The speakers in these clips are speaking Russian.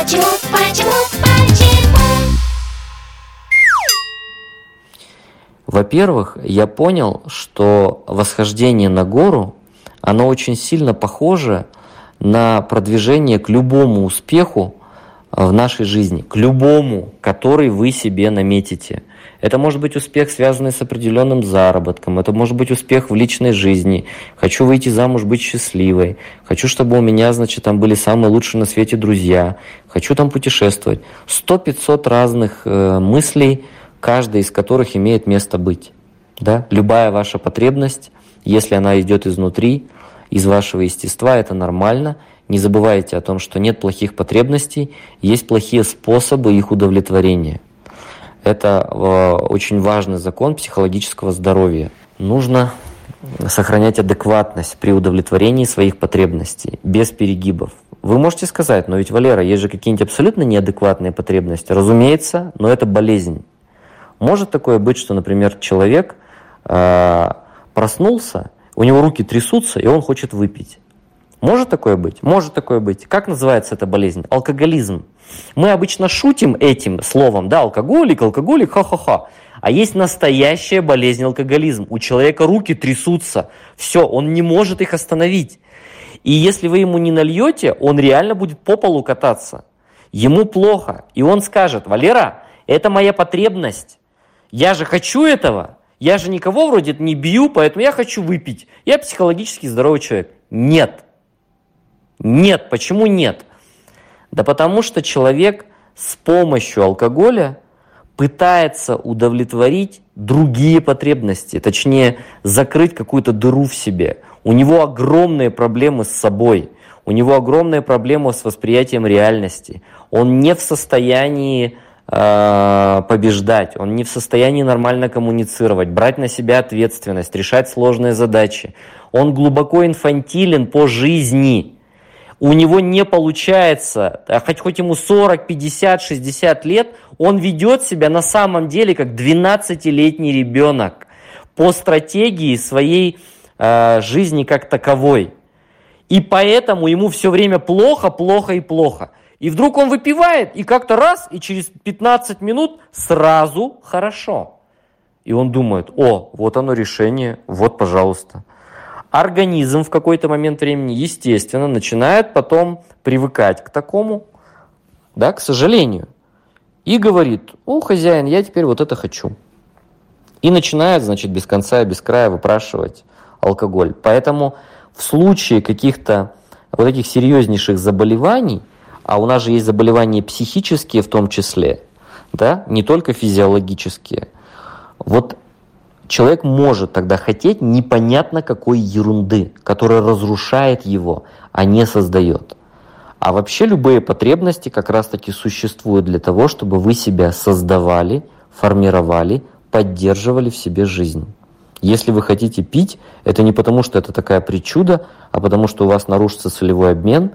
Почему? Во-первых, я понял, что восхождение на гору, оно очень сильно похоже на продвижение к любому успеху в нашей жизни, к любому, который вы себе наметите. Это может быть успех, связанный с определенным заработком, это может быть успех в личной жизни. Хочу выйти замуж, быть счастливой. Хочу, чтобы у меня, значит, там были самые лучшие на свете друзья. Хочу там путешествовать. 100-500 разных мыслей, каждая из которых имеет место быть. Да? Любая ваша потребность, если она идет изнутри, из вашего естества, это нормально. Не забывайте о том, что нет плохих потребностей, есть плохие способы их удовлетворения. Это очень важный закон психологического здоровья. Нужно сохранять адекватность при удовлетворении своих потребностей, без перегибов. Вы можете сказать, но ведь, Валера, есть же какие-нибудь абсолютно неадекватные потребности. Разумеется, но это болезнь. Может такое быть, что, например, человек проснулся, у него руки трясутся, и он хочет выпить. Может такое быть? Может такое быть. Как называется эта болезнь? Алкоголизм. Мы обычно шутим этим словом, да, алкоголик, ха-ха-ха. А есть настоящая болезнь алкоголизм. У человека руки трясутся. Все, он не может их остановить. И если вы ему не нальете, он реально будет по полу кататься. Ему плохо. И он скажет: Валера, это моя потребность. Я же хочу этого. Я же никого вроде не бью, поэтому я хочу выпить. Я психологически здоровый человек. Нет. Нет. Почему нет? Да потому что человек с помощью алкоголя пытается удовлетворить другие потребности, точнее, закрыть какую-то дыру в себе. У него огромные проблемы с собой, у него огромные проблемы с восприятием реальности. Он не в состоянии побеждать, он не в состоянии нормально коммуницировать, брать на себя ответственность, решать сложные задачи. Он глубоко инфантилен по жизни. У него не получается, хоть ему 40, 50, 60 лет, он ведет себя на самом деле как 12-летний ребенок по стратегии своей жизни как таковой. И поэтому ему все время плохо, плохо и плохо. И вдруг он выпивает, и как-то раз, и через 15 минут сразу хорошо. И он думает: о, вот оно решение, вот, пожалуйста. Организм в какой-то момент времени, естественно, начинает потом привыкать к такому, да, к сожалению. И говорит: о, хозяин, я теперь вот это хочу. И начинает, значит, без конца и без края выпрашивать алкоголь. Поэтому в случае каких-то вот этих серьезнейших заболеваний, а у нас же есть заболевания психические в том числе, да, не только физиологические, вот человек может тогда хотеть непонятно какой ерунды, которая разрушает его, а не создает. А вообще любые потребности как раз-таки существуют для того, чтобы вы себя создавали, формировали, поддерживали в себе жизнь. Если вы хотите пить, это не потому, что это такая причуда, а потому что у вас нарушится солевой обмен,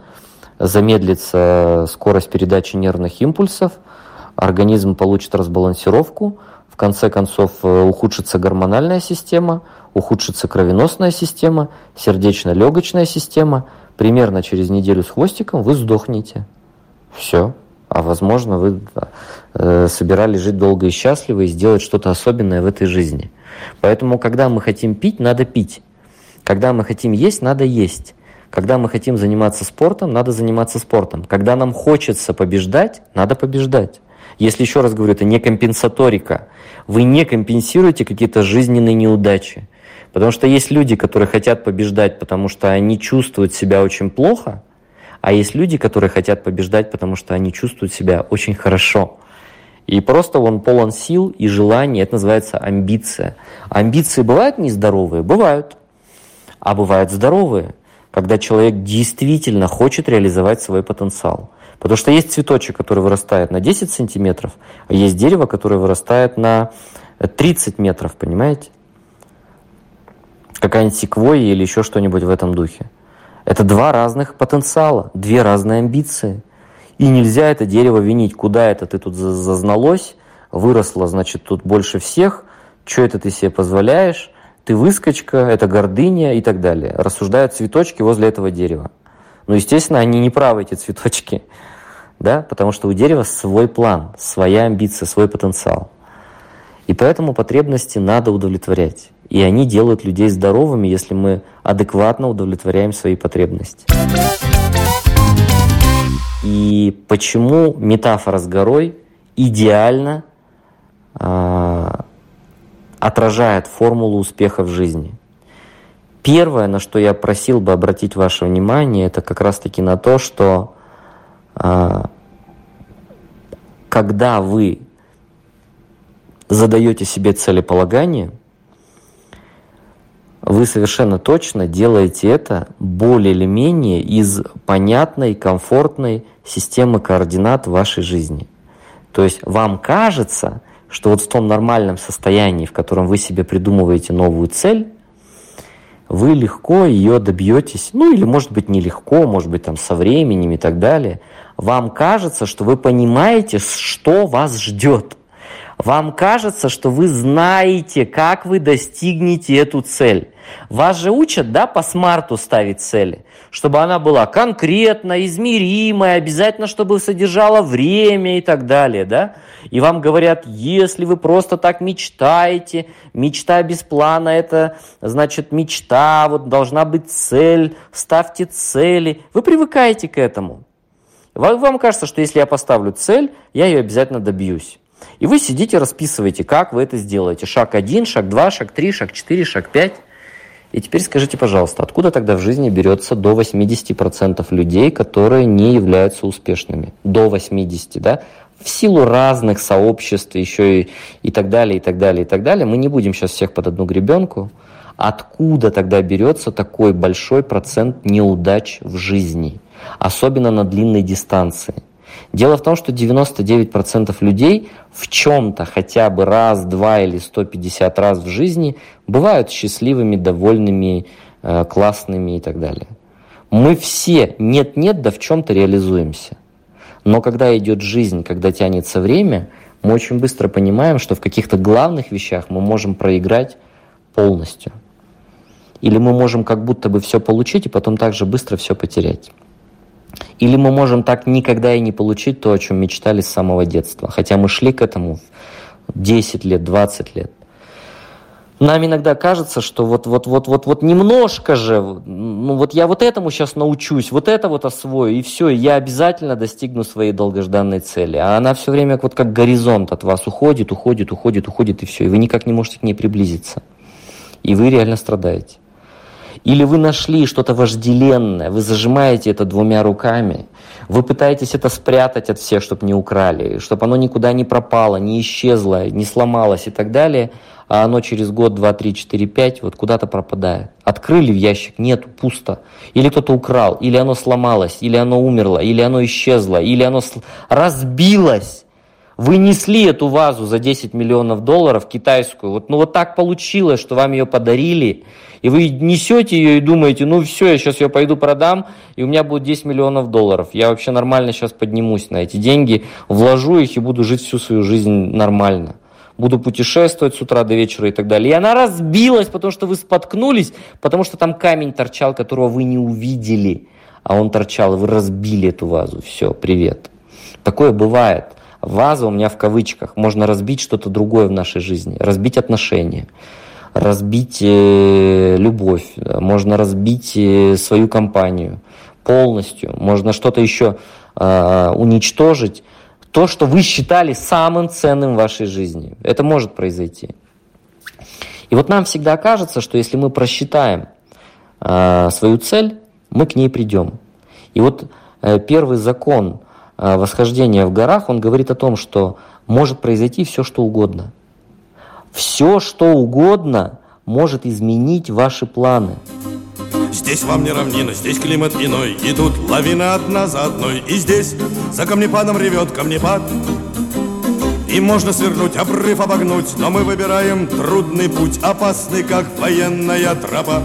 замедлится скорость передачи нервных импульсов, организм получит разбалансировку, в конце концов ухудшится гормональная система, ухудшится кровеносная система, сердечно-легочная система. Примерно через неделю с хвостиком вы сдохнете. Все. А возможно, вы собирались жить долго и счастливо и сделать что-то особенное в этой жизни. Поэтому, когда мы хотим пить, надо пить. Когда мы хотим есть, надо есть. Когда мы хотим заниматься спортом, надо заниматься спортом. Когда нам хочется побеждать, надо побеждать. Если, еще раз говорю, это не компенсаторика. Вы не компенсируете какие-то жизненные неудачи. Потому что есть люди, которые хотят побеждать, потому что они чувствуют себя очень плохо, а есть люди, которые хотят побеждать, потому что они чувствуют себя очень хорошо. И просто он полон сил и желаний. Это называется амбиция. Амбиции бывают нездоровые? Бывают. А бывают здоровые, когда человек действительно хочет реализовать свой потенциал. Потому что есть цветочек, который вырастает на 10 сантиметров, а есть дерево, которое вырастает на 30 метров, понимаете? Какая-нибудь секвойя или еще что-нибудь в этом духе. Это два разных потенциала, две разные амбиции. И нельзя это дерево винить. Куда это ты тут зазналось, выросло, значит, тут больше всех, что это ты себе позволяешь, ты выскочка, это гордыня и так далее. Рассуждают цветочки возле этого дерева. Ну, естественно, они не правы, эти цветочки. да, потому что у дерева свой план, своя амбиция, свой потенциал. И поэтому потребности надо удовлетворять. И они делают людей здоровыми, если мы адекватно удовлетворяем свои потребности. И почему метафора с горой идеально отражает формулу успеха в жизни? Первое, на что я просил бы обратить ваше внимание, это как раз-таки на то, что когда вы задаете себе целеполагание, вы совершенно точно делаете это более или менее из понятной, комфортной системы координат в вашей жизни. То есть вам кажется, что вот в том нормальном состоянии, в котором вы себе придумываете новую цель, вы легко ее добьетесь, ну или может быть нелегко, может быть там со временем и так далее. Вам кажется, что вы понимаете, что вас ждет. Вам кажется, что вы знаете, как вы достигнете эту цель. Вас же учат, да, по смарту ставить цели, чтобы она была конкретная, измеримая, обязательно, чтобы содержала время и так далее, да. И вам говорят, если вы просто так мечтаете, мечта без плана – это, значит, мечта, вот должна быть цель, ставьте цели. Вы привыкаете к этому. Вам кажется, что если я поставлю цель, я ее обязательно добьюсь. И вы сидите, расписываете, как вы это сделаете. Шаг 1, шаг 2, шаг 3, шаг 4, шаг 5. И теперь скажите, пожалуйста, откуда тогда в жизни берется до 80% людей, которые не являются успешными? До 80%, да? В силу разных сообществ еще и так далее, и так далее, и так далее. Мы не будем сейчас всех под одну гребенку. Откуда тогда берется такой большой процент неудач в жизни? Особенно на длинной дистанции. Дело в том, что 99% людей в чем-то хотя бы раз, два или 150 раз в жизни бывают счастливыми, довольными, классными и так далее. Мы все нет-нет, да в чем-то реализуемся. Но когда идет жизнь, когда тянется время, мы очень быстро понимаем, что в каких-то главных вещах мы можем проиграть полностью. Или мы можем как будто бы все получить и потом так же быстро все потерять. Или мы можем так никогда и не получить то, о чем мечтали с самого детства. Хотя мы шли к этому 10 лет, 20 лет. Нам иногда кажется, что вот немножко же, ну вот я вот этому сейчас научусь, вот это вот освою, и все, и я обязательно достигну своей долгожданной цели. А она все время вот как горизонт от вас уходит, и все, и вы никак не можете к ней приблизиться. И вы реально страдаете. Или вы нашли что-то вожделенное, вы зажимаете это двумя руками, вы пытаетесь это спрятать от всех, чтобы не украли, чтобы оно никуда не пропало, не исчезло, не сломалось и так далее, а оно через год, 2, 3, 4, 5 вот куда-то пропадает. Открыли в ящик, нету, пусто. Или кто-то украл, или оно сломалось, или оно умерло, или оно исчезло, или оно разбилось. Вы несли эту вазу за 10 миллионов долларов китайскую, вот так получилось, что вам ее подарили, и вы несете ее и думаете, ну все, я сейчас ее пойду продам, и у меня будет 10 миллионов долларов. Я вообще нормально сейчас поднимусь на эти деньги, вложу их и буду жить всю свою жизнь нормально. Буду путешествовать с утра до вечера и так далее. И она разбилась, потому что вы споткнулись, потому что там камень торчал, которого вы не увидели, а он торчал, и вы разбили эту вазу. Все, привет. Такое бывает. Ваза у меня в кавычках. Можно разбить что-то другое в нашей жизни. Разбить отношения, разбить любовь, можно разбить свою компанию полностью. Можно что-то еще уничтожить. То, что вы считали самым ценным в вашей жизни. Это может произойти. И вот нам всегда кажется, что если мы просчитаем свою цель, мы к ней придем. И вот первый закон восхождения в горах, он говорит о том, что может произойти все, что угодно. Все, что угодно может изменить ваши планы. Здесь вам не равнина, здесь климат иной, и тут лавина одна за одной. И здесь за камнепадом ревет камнепад, и можно свернуть, обрыв обогнуть, но мы выбираем трудный путь, опасный, как военная тропа.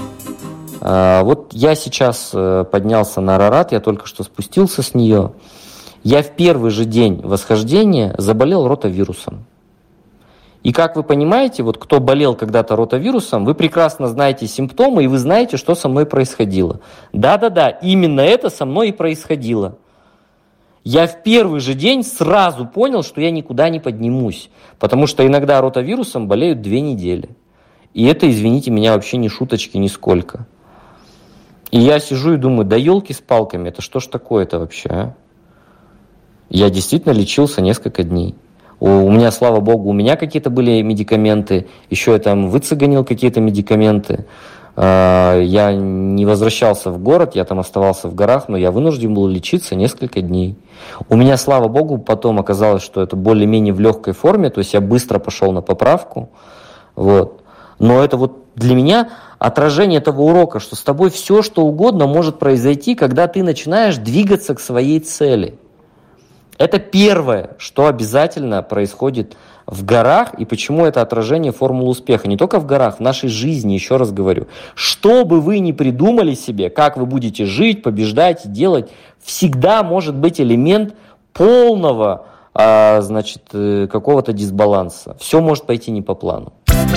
Вот я сейчас поднялся на Арарат, я только что спустился с нее. Я в первый же день восхождения заболел ротавирусом. И как вы понимаете, вот кто болел когда-то ротавирусом, вы прекрасно знаете симптомы, и вы знаете, что со мной происходило. Да-да-да, именно это со мной и происходило. Я в первый же день сразу понял, что я никуда не поднимусь, потому что иногда ротавирусом болеют 2 недели. И это, извините меня, вообще не шуточки нисколько. И я сижу и думаю, да елки с палками, это что ж такое-то вообще, а? Я действительно лечился несколько дней. У меня, слава богу, у меня какие-то были медикаменты, еще я там выцеганил какие-то медикаменты. Я не возвращался в город, я там оставался в горах, но я вынужден был лечиться несколько дней. У меня, слава богу, потом оказалось, что это более-менее в легкой форме, то есть я быстро пошел на поправку. Вот. Но это вот для меня отражение этого урока, что с тобой все, что угодно может произойти, когда ты начинаешь двигаться к своей цели. Это первое, что обязательно происходит в горах, и почему это отражение формулы успеха. Не только в горах, в нашей жизни, еще раз говорю. Что бы вы ни придумали себе, как вы будете жить, побеждать, делать, всегда может быть элемент полного, какого-то дисбаланса. Все может пойти не по плану.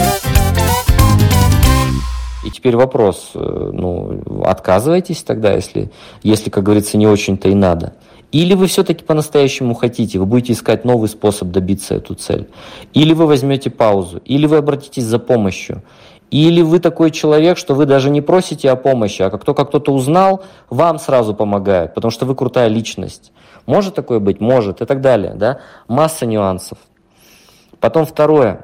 И теперь вопрос, отказываетесь тогда, если, как говорится, не очень-то и надо? Или вы все-таки по-настоящему хотите, вы будете искать новый способ добиться эту цель? Или вы возьмете паузу? Или вы обратитесь за помощью? Или вы такой человек, что вы даже не просите о помощи, а как только кто-то узнал, вам сразу помогают, потому что вы крутая личность? Может такое быть? Может, и так далее. Да? Масса нюансов. Потом второе.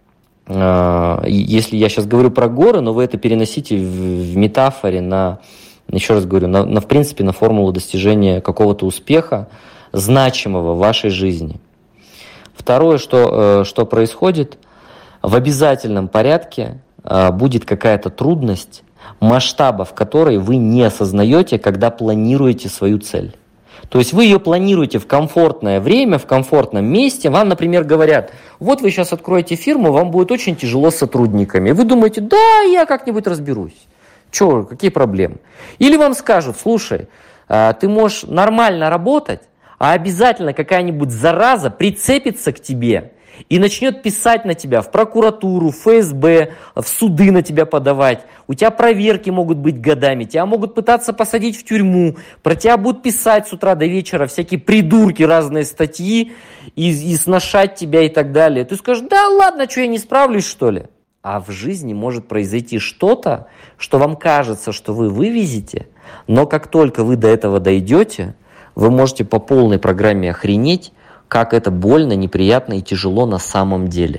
Если я сейчас говорю про горы, но вы это переносите в метафоре еще раз говорю, в принципе, на формулу достижения какого-то успеха, значимого в вашей жизни. Второе, что происходит, в обязательном порядке будет какая-то трудность, масштабов которой вы не осознаете, когда планируете свою цель. То есть вы ее планируете в комфортное время, в комфортном месте. Вам, например, говорят, вот вы сейчас откроете фирму, вам будет очень тяжело с сотрудниками. Вы думаете, да, я как-нибудь разберусь. Че, какие проблемы? Или вам скажут, слушай, ты можешь нормально работать, а обязательно какая-нибудь зараза прицепится к тебе и начнет писать на тебя в прокуратуру, в ФСБ, в суды на тебя подавать. У тебя проверки могут быть годами, тебя могут пытаться посадить в тюрьму, про тебя будут писать с утра до вечера всякие придурки, разные статьи и сношать тебя и так далее. Ты скажешь, да ладно, что я не справлюсь, что ли? А в жизни может произойти что-то, что вам кажется, что вы вывезете, но как только вы до этого дойдете, вы можете по полной программе охренеть, как это больно, неприятно и тяжело на самом деле.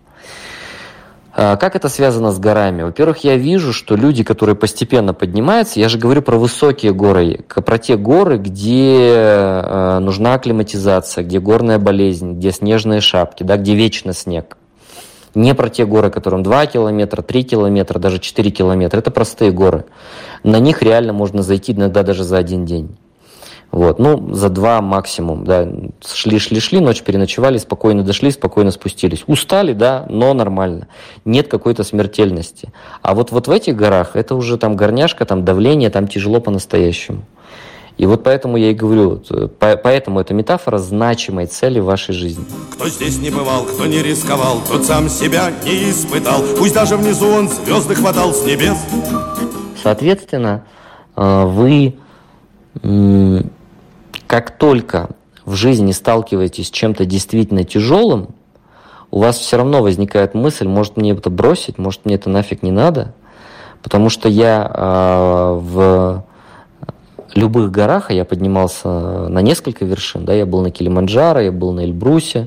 Как это связано с горами? Во-первых, я вижу, что люди, которые постепенно поднимаются, я же говорю про высокие горы, про те горы, где нужна акклиматизация, где горная болезнь, где снежные шапки, да, где вечно снег. Не про те горы, которым 2 километра, 3 километра, даже 4 километра. Это простые горы. На них реально можно зайти иногда даже за 1 день. Вот. За 2 максимум. Да. Шли, ночь переночевали, спокойно дошли, спокойно спустились. Устали, да, но нормально. Нет какой-то смертельности. А вот в этих горах, это уже там горняшка, там давление, там тяжело по-настоящему. И вот поэтому я и говорю, поэтому эта метафора значимой цели в вашей жизни. Кто здесь не бывал, кто не рисковал, тот сам себя не испытал. Пусть даже внизу он звезды хватал с небес. Соответственно, вы как только в жизни сталкиваетесь с чем-то действительно тяжелым, у вас все равно возникает мысль, может мне это бросить, может мне это нафиг не надо, потому что я в любых горах, а я поднимался на несколько вершин, да, я был на Килиманджаро, я был на Эльбрусе,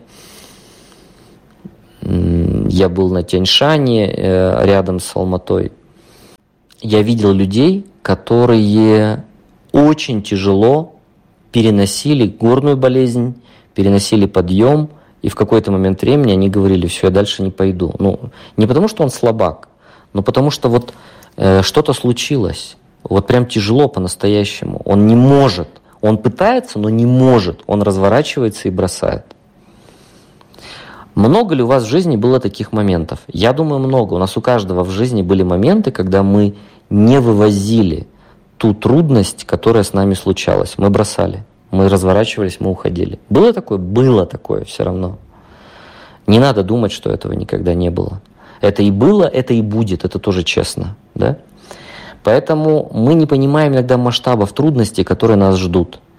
я был на Тянь-Шане, рядом с Алматой. Я видел людей, которые очень тяжело переносили горную болезнь, переносили подъем, и в какой-то момент времени они говорили, все, я дальше не пойду. Не потому, что он слабак, но потому, что что-то случилось. Прям тяжело по-настоящему. Он не может. Он пытается, но не может. Он разворачивается и бросает. Много ли у вас в жизни было таких моментов? Я думаю, много. У нас у каждого в жизни были моменты, когда мы не вывозили ту трудность, которая с нами случалась. Мы бросали. Мы разворачивались, мы уходили. Было такое? Было такое все равно. Не надо думать, что этого никогда не было. Это и было, это и будет. Это тоже честно. Да? Поэтому мы не понимаем иногда масштабов трудностей, которые нас ждут.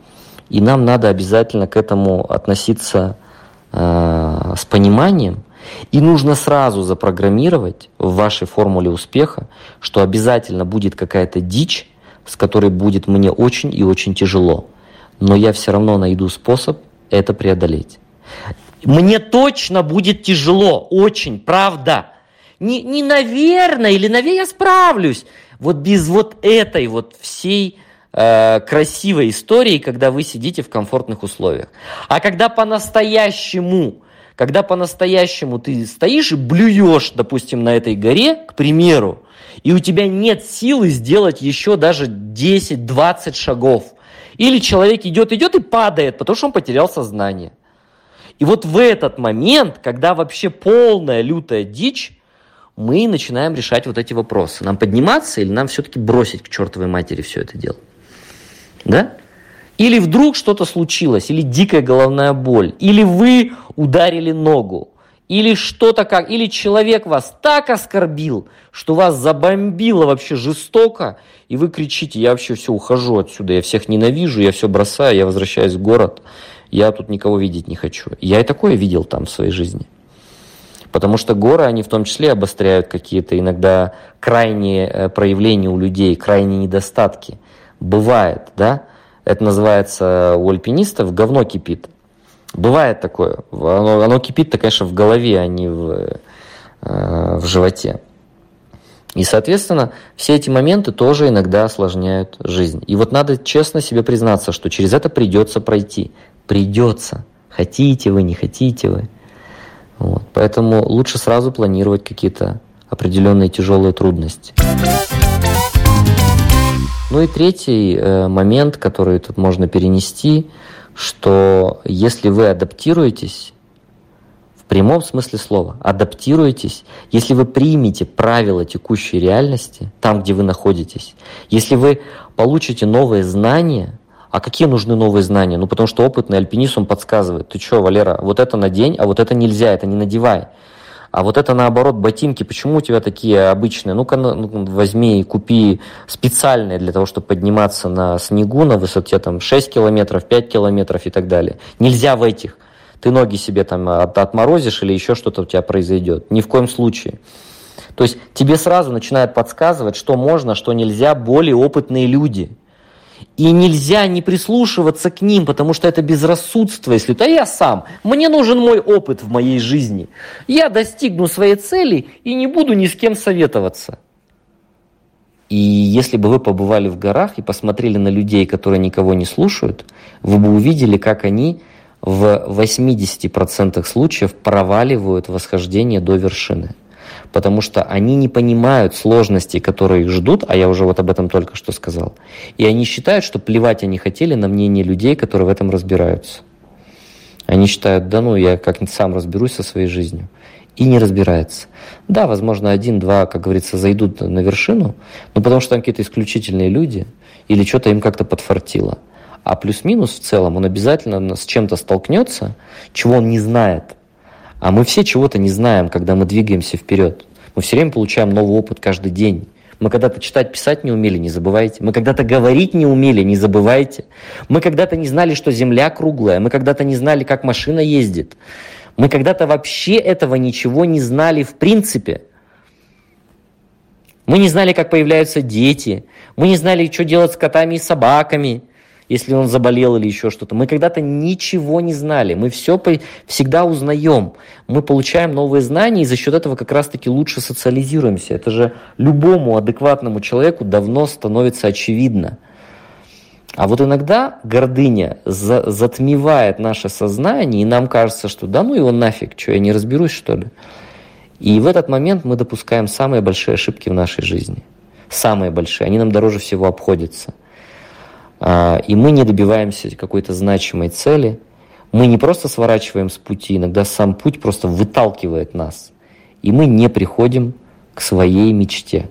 И нам надо обязательно к этому относиться с пониманием. И нужно сразу запрограммировать в вашей формуле успеха, что обязательно будет какая-то дичь, с которой будет мне очень и очень тяжело. Но я все равно найду способ это преодолеть. Мне точно будет тяжело, очень, правда. Не наверное, или наверное я справлюсь. Вот без вот этой вот всей красивой истории, когда вы сидите в комфортных условиях. А когда по-настоящему ты стоишь и блюешь, допустим, на этой горе, к примеру, и у тебя нет силы сделать еще даже 10-20 шагов. Или человек идет и падает, потому что он потерял сознание. И вот в этот момент, когда вообще полная лютая дичь, мы начинаем решать вот эти вопросы. Нам подниматься или нам все-таки бросить к чертовой матери все это дело? Да? Или вдруг что-то случилось, или дикая головная боль, или вы ударили ногу, или что-то как, или человек вас так оскорбил, что вас забомбило вообще жестоко, и вы кричите: я вообще все ухожу отсюда, я всех ненавижу, я все бросаю, я возвращаюсь в город, я тут никого видеть не хочу. Я и такое видел там в своей жизни. Потому что горы, они в том числе обостряют какие-то иногда крайние проявления у людей, крайние недостатки. Бывает, да? Это называется у альпинистов говно кипит. Бывает такое. Оно кипит-то, конечно, в голове, а не в животе. И, соответственно, все эти моменты тоже иногда осложняют жизнь. И вот надо честно себе признаться, что через это придется пройти. Придется. Хотите вы, не хотите вы. Вот. Поэтому лучше сразу планировать какие-то определенные тяжелые трудности. Ну и третий момент, который тут можно перенести, что если вы адаптируетесь, в прямом смысле слова, адаптируетесь, если вы примете правила текущей реальности, там, где вы находитесь, если вы получите новые знания, а какие нужны новые знания? Ну, потому что опытный альпинист, он подсказывает: ты что, Валера, вот это надень, а вот это нельзя, это не надевай. А вот это наоборот, ботинки, почему у тебя такие обычные? Ну-ка, возьми и купи специальные для того, чтобы подниматься на снегу на высоте там 6 километров, 5 километров и так далее. Нельзя в этих. Ты ноги себе там отморозишь или еще что-то у тебя произойдет. Ни в коем случае. То есть тебе сразу начинают подсказывать, что можно, что нельзя более опытные люди. И нельзя не прислушиваться к ним, потому что это безрассудство. Если да я сам, мне нужен мой опыт в моей жизни. Я достигну своей цели и не буду ни с кем советоваться. И если бы вы побывали в горах и посмотрели на людей, которые никого не слушают, вы бы увидели, как они в 80% случаев проваливают восхождение до вершины. Потому что они не понимают сложностей, которые их ждут, а я уже вот об этом только что сказал. И они считают, что плевать они хотели на мнение людей, которые в этом разбираются. Они считают: да ну, я как-нибудь сам разберусь со своей жизнью. И не разбирается. Да, возможно, 1-2, как говорится, зайдут на вершину, но потому что там какие-то исключительные люди, или что-то им как-то подфартило. А плюс-минус в целом он обязательно с чем-то столкнется, чего он не знает. А мы все чего-то не знаем, когда мы двигаемся вперед. Мы все время получаем новый опыт каждый день. Мы когда-то читать, писать не умели, не забывайте. Мы когда-то говорить не умели, не забывайте. Мы когда-то не знали, что Земля круглая. Мы когда-то не знали, как машина ездит. Мы когда-то вообще этого ничего не знали в принципе. Мы не знали, как появляются дети. Мы не знали, что делать с котами и собаками, если он заболел или еще что-то. Мы когда-то ничего не знали. Мы все всегда узнаем. Мы получаем новые знания и за счет этого как раз-таки лучше социализируемся. Это же любому адекватному человеку давно становится очевидно. А вот иногда гордыня затмевает наше сознание, и нам кажется, что да ну его нафиг, что я не разберусь, что ли. И в этот момент мы допускаем самые большие ошибки в нашей жизни. Самые большие. Они нам дороже всего обходятся. И мы не добиваемся какой-то значимой цели. Мы не просто сворачиваем с пути, иногда сам путь просто выталкивает нас. И мы не приходим к своей мечте.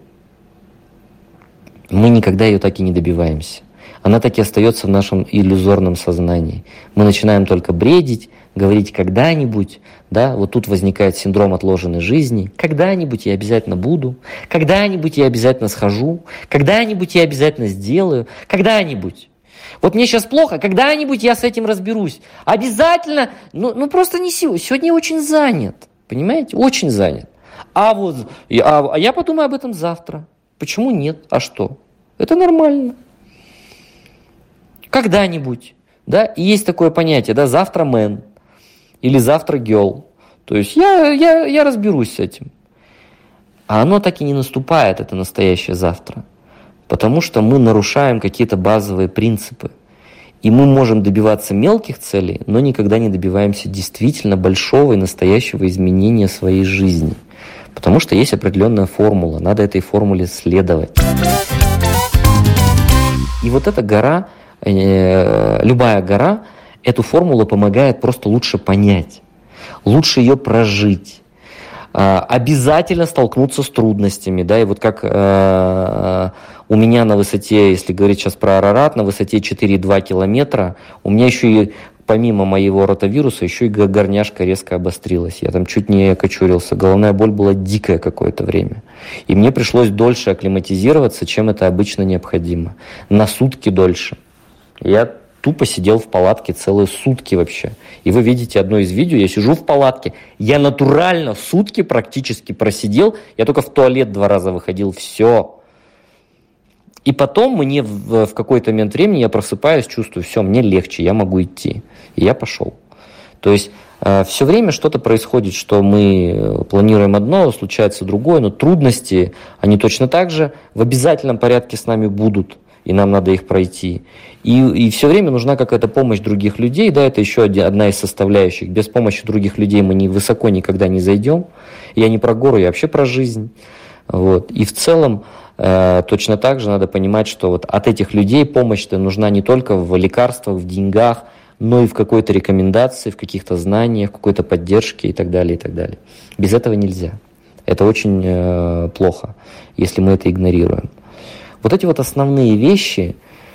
Мы никогда ее так и не добиваемся. Она так и остается в нашем иллюзорном сознании. Мы начинаем только бредить, говорить когда-нибудь, да, вот тут возникает синдром отложенной жизни. Когда-нибудь я обязательно буду, когда-нибудь я обязательно схожу, когда-нибудь я обязательно сделаю, когда-нибудь. Вот мне сейчас плохо, когда-нибудь я с этим разберусь. Обязательно, просто не сегодня. Сегодня я очень занят, понимаете, очень занят. Я подумаю об этом завтра. Почему нет? А что? Это нормально. Когда-нибудь, да, и есть такое понятие, да, завтра man или завтра girl. То есть я разберусь с этим. А оно так и не наступает, это настоящее завтра. Потому что мы нарушаем какие-то базовые принципы. И мы можем добиваться мелких целей, но никогда не добиваемся действительно большого и настоящего изменения своей жизни. Потому что есть определенная формула, надо этой формуле следовать. И вот эта гора, любая гора, эту формулу помогает просто лучше понять, лучше ее прожить. Обязательно столкнуться с трудностями, да, и вот как у меня на высоте, если говорить сейчас про Арарат, на высоте 4,2 километра, у меня еще и, помимо моего ротавируса, еще и горняшка резко обострилась. Я там чуть не окочурился, головная боль была дикая какое-то время. И мне пришлось дольше акклиматизироваться, чем это обычно необходимо. На сутки дольше. Я тупо сидел в палатке целые сутки вообще. И вы видите одно из видео, я сижу в палатке, я натурально сутки практически просидел, я только в туалет 2 раза выходил, все. И потом мне в какой-то момент времени я просыпаюсь, чувствую, все, мне легче, я могу идти. И я пошел. То есть все время что-то происходит, что мы планируем одно, случается другое, но трудности, они точно так же в обязательном порядке с нами будут. И нам надо их пройти. И все время нужна какая-то помощь других людей, да, это еще одна из составляющих. Без помощи других людей мы высоко никогда не зайдем. Я не про гору, я вообще про жизнь. Вот. И в целом точно так же надо понимать, что вот от этих людей помощь-то нужна не только в лекарствах, в деньгах, но и в какой-то рекомендации, в каких-то знаниях, в какой-то поддержке и так далее, и так далее. Без этого нельзя. Это очень плохо, если мы это игнорируем. Вот эти вот основные вещи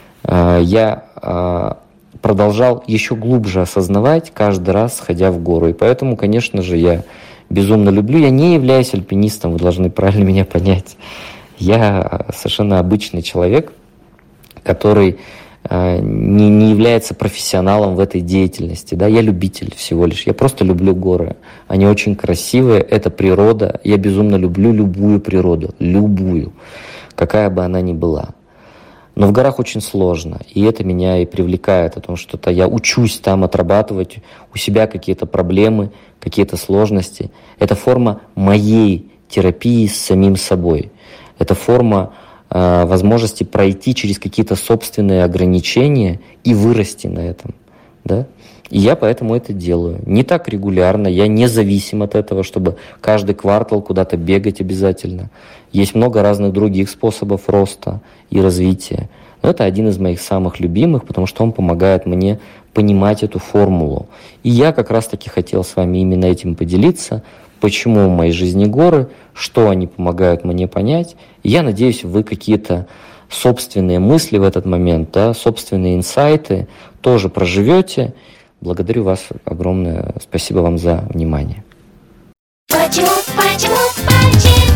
я продолжал еще глубже осознавать каждый раз, сходя в гору. И поэтому, конечно же, я безумно люблю. Я не являюсь альпинистом, вы должны правильно меня понять. Я совершенно обычный человек, который не является профессионалом в этой деятельности. Да? Я любитель всего лишь. Я просто люблю горы. Они очень красивые, это природа. Я безумно люблю любую природу. Любую. Какая бы она ни была. Но в горах очень сложно, и это меня и привлекает, о том, что я учусь там отрабатывать у себя какие-то проблемы, какие-то сложности. Это форма моей терапии с самим собой. Это форма возможности пройти через какие-то собственные ограничения и вырасти на этом. Да? И я поэтому это делаю. Не так регулярно, я не зависим от этого, чтобы каждый квартал куда-то бегать обязательно. Есть много разных других способов роста и развития. Но это один из моих самых любимых, потому что он помогает мне понимать эту формулу. И я как раз-таки хотел с вами именно этим поделиться, почему в моей жизни горы, что они помогают мне понять. И я надеюсь, вы какие-то собственные мысли в этот момент, да, собственные инсайты тоже проживете. Благодарю вас огромное. Спасибо вам за внимание. Почему?